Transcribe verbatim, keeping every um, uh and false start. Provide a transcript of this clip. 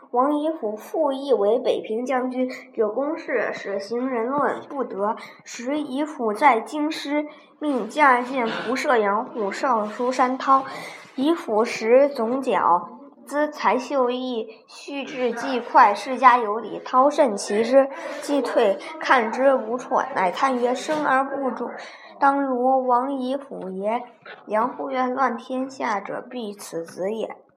王仪甫复议为北平将军，有公事，使行人论不得。时仪甫在京师，命驾见仆射杨户、尚书山涛。仪甫时总角，资才秀逸，叙治既快，世家有礼。涛甚奇之，既退，看之不辍，乃叹曰：“生而不主，当如王仪甫也。”杨户曰：“乱天下者，必此子也。”